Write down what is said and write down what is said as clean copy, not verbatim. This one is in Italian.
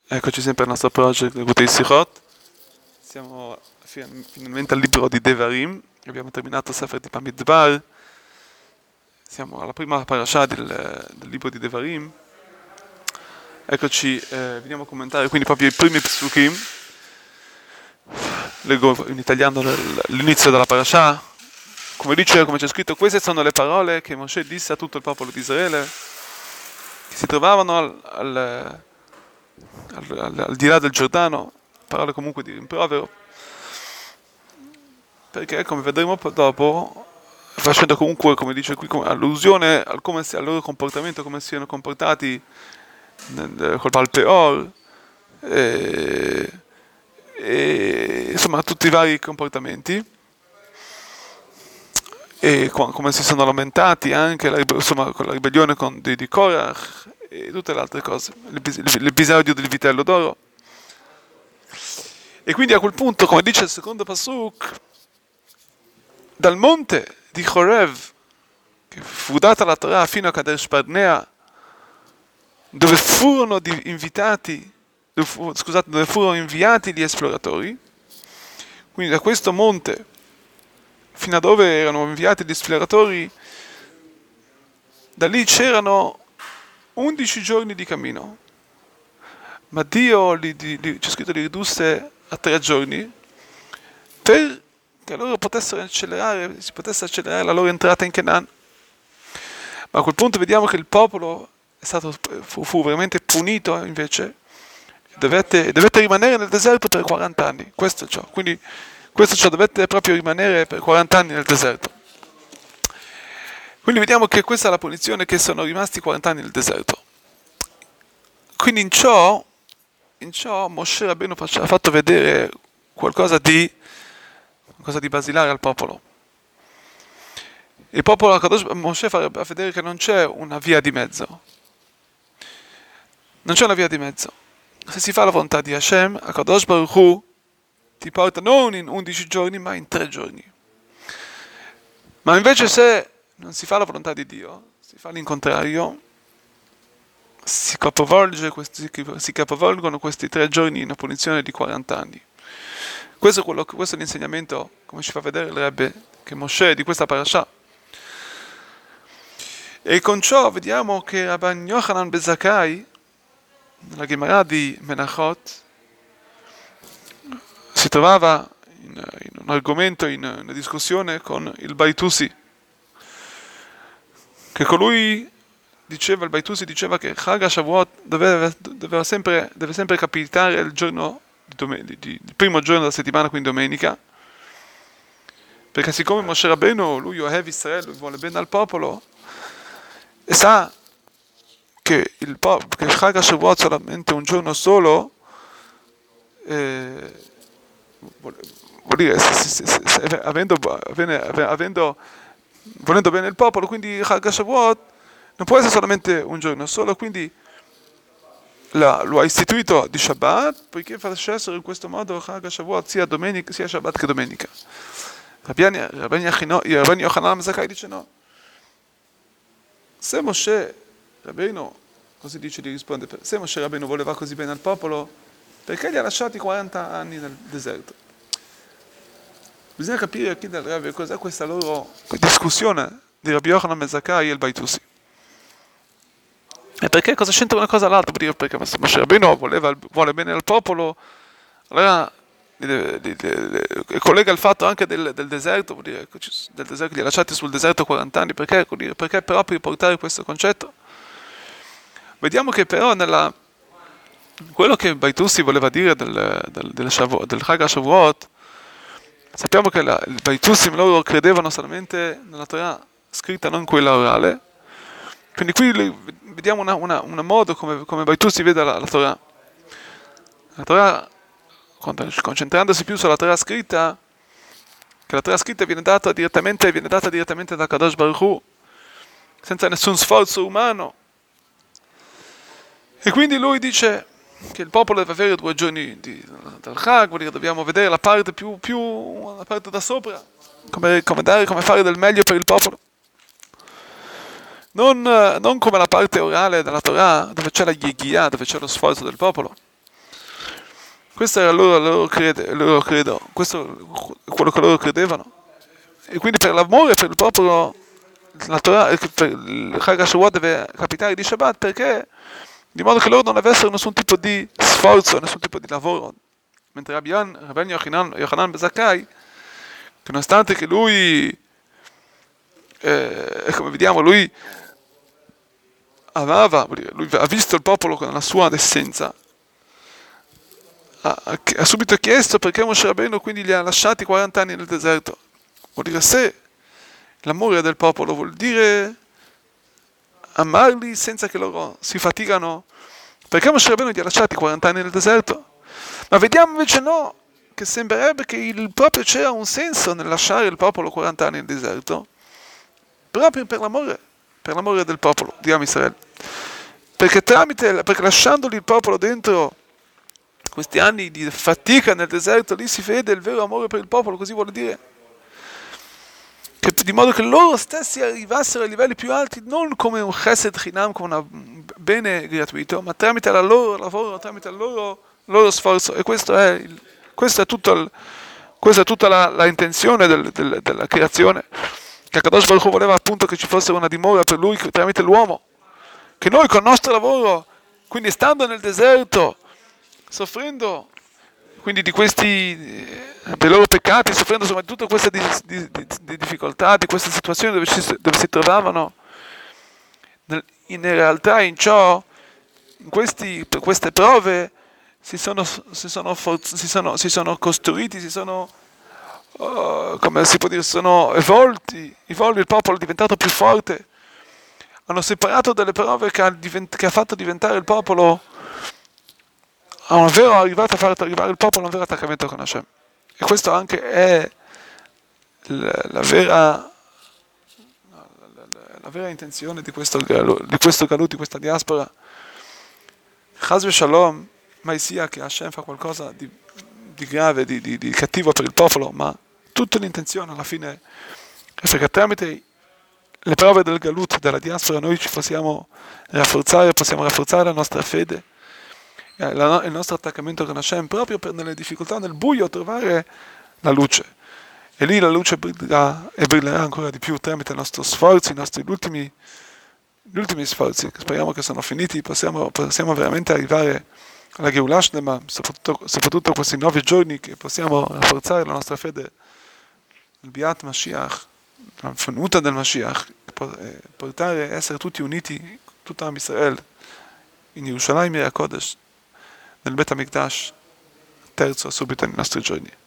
Eccoci sempre al nostro project Likutei Sichot. Siamo finalmente al libro di Devarim. Abbiamo terminato Sefer di Bamidbar. Siamo alla prima parasha del libro di Devarim. Eccoci, veniamo a commentare quindi proprio i primi psukim. Leggo in italiano l'inizio della parasha. Come c'è scritto, queste sono le parole che Moshe disse a tutto il popolo di Israele, che si trovavano al di là del Giordano, parole comunque di rimprovero, perché come vedremo dopo, facendo comunque, come dice qui, allusione al loro comportamento, come siano comportati col Baal Peor, e insomma tutti i vari comportamenti, e come si sono lamentati anche insomma, con la ribellione di Korach e tutte le altre cose, l'episodio del vitello d'oro. E quindi a quel punto, come dice il secondo pasuk, dal monte di Chorev, che fu data la Torah fino a Kadesh Barnea, dove furono inviati gli esploratori, quindi da questo monte fino a dove erano inviati gli esploratori, da lì c'erano 11 giorni di cammino, ma Dio c'è scritto li ridusse a 3 giorni per che loro si potesse accelerare la loro entrata in Canaan. Ma a quel punto vediamo che il popolo fu veramente punito invece, dovette rimanere nel deserto per 40 anni, questo è ciò, quindi dovette proprio rimanere per 40 anni nel deserto. Quindi vediamo che questa è la punizione, che sono rimasti 40 anni nel deserto. Quindi in ciò Moshe Rabbeinu ha fatto vedere qualcosa di basilare al popolo. Il popolo, Moshe fa vedere che non c'è una via di mezzo. Non c'è una via di mezzo. Se si fa la volontà di Hashem, Akadosh Baruch Hu ti porta non in 11 giorni, ma in 3 giorni. Ma invece se non si fa la volontà di Dio, si fa l'incontrario, si capovolgono questi 3 giorni in una punizione di 40 anni. Questo è l'insegnamento, come ci fa vedere il Rebbe, che Moshe di questa parasha. E con ciò vediamo che Rabban Yochanan ben Zakkai, nella Gemara di Menachot, si trovava in un argomento, in una discussione con il Baitusi, che il Baitusi diceva che Chag HaShavuot deve sempre capitare il primo giorno della settimana, quindi domenica, perché siccome Moshe Rabbeinu, lui Ohev Israel, lui vuole bene al popolo, e sa che Chag HaShavuot solamente un giorno solo, vuol dire, volendo bene il popolo, quindi Chag HaShavuot non può essere solamente un giorno solo, quindi lo ha istituito di Shabbat, poiché facessero in questo modo Chag HaShavuot sia Shabbat che domenica. Rabban Yochanan ben Zakkai dice no. Se Moshe Rabbeinu, così dice, gli risponde, se Moshe Rabbeinu voleva così bene al popolo, perché li ha lasciati 40 anni nel deserto? Bisogna capire chi del Rebbe cos'è questa loro discussione di Rabbi Yochanan ben Zakkai e il Baitusi. E perché cosa c'entra una cosa all'altra? Perché Moshe Rabbeinu vuole bene al popolo, allora collega il fatto anche del deserto, vuol dire, del deserto, li ha lasciati sul deserto 40 anni, perché proprio riportare questo concetto? Vediamo che però quello che Baitusi voleva dire del Chag HaShavuot, sappiamo che il Baitusi loro credevano solamente nella Torah scritta, non quella orale. Quindi qui vediamo un modo come Baitusi vede la Torah. La Torah, concentrandosi più sulla Torah scritta, che la Torah scritta viene data direttamente da Kadosh Baruch Hu, senza nessun sforzo umano. E quindi lui dice che il popolo deve avere 2 giorni dal Chag, vuol dire dobbiamo vedere la parte la parte da sopra, come fare del meglio per il popolo. Non come la parte orale della Torah, dove c'è la Yegiyah, dove c'è lo sforzo del popolo. Questo era il loro credo, questo è quello che loro credevano. E quindi per l'amore per il popolo, la Torah, per il Chag HaShavuot deve capitare di Shabbat perché di modo che loro non avessero nessun tipo di sforzo, nessun tipo di lavoro. Mentre Rabbeinu Yochanan ben Zakkai, che nonostante che lui, come vediamo, lui lui ha visto il popolo con la sua essenza, ha subito chiesto perché Moshe Rabbeinu quindi li ha lasciati 40 anni nel deserto. Vuol dire se l'amore del popolo vuol dire amarli senza che loro si faticano, perché Moshe Rabbeinu li ha lasciati 40 anni nel deserto? Ma vediamo invece no, che sembrerebbe che proprio c'era un senso nel lasciare il popolo 40 anni nel deserto, proprio per l'amore del popolo di Am Israele. Perché lasciandoli il popolo dentro questi anni di fatica nel deserto, lì si vede il vero amore per il popolo, così vuol dire. Di modo che loro stessi arrivassero ai livelli più alti, non come un chesed chinam, come un bene gratuito, ma tramite il loro lavoro, tramite il loro sforzo. E questa è tutta la intenzione della creazione, che Kadosh Baruch Hu voleva appunto che ci fosse una dimora per lui tramite l'uomo, che noi con il nostro lavoro, quindi stando nel deserto, soffrendo quindi dei loro peccati, soffrendo soprattutto queste di difficoltà, di queste situazioni dove si trovavano, in realtà per queste prove si sono costruiti, come si può dire, sono evolvi, il popolo è diventato più forte, hanno separato delle prove che ha fatto diventare il popolo arrivato a far arrivare il popolo a un vero attaccamento con Hashem. E questo anche è la vera intenzione di questo galut, di questa diaspora. Chas v'shalom, mai sia che Hashem fa qualcosa di grave, di cattivo per il popolo, ma tutta l'intenzione alla fine è perché tramite le prove del galut, della diaspora, noi ci possiamo rafforzare la nostra fede, il nostro attaccamento con Hashem, proprio nelle difficoltà, nel buio, trovare la luce. E lì la luce brillerà ancora di più tramite i nostri sforzi, gli ultimi sforzi, che speriamo che sono finiti, possiamo veramente arrivare alla Geulah Shlema, soprattutto questi 9 giorni che possiamo rafforzare la nostra fede nel Biat Mashiach, la venuta del Mashiach, essere tutti uniti, tutta Am Israel, in Yerushalayim e a Kodesh, nel Bet HaMikdash, terzo subito nei nostri giorni.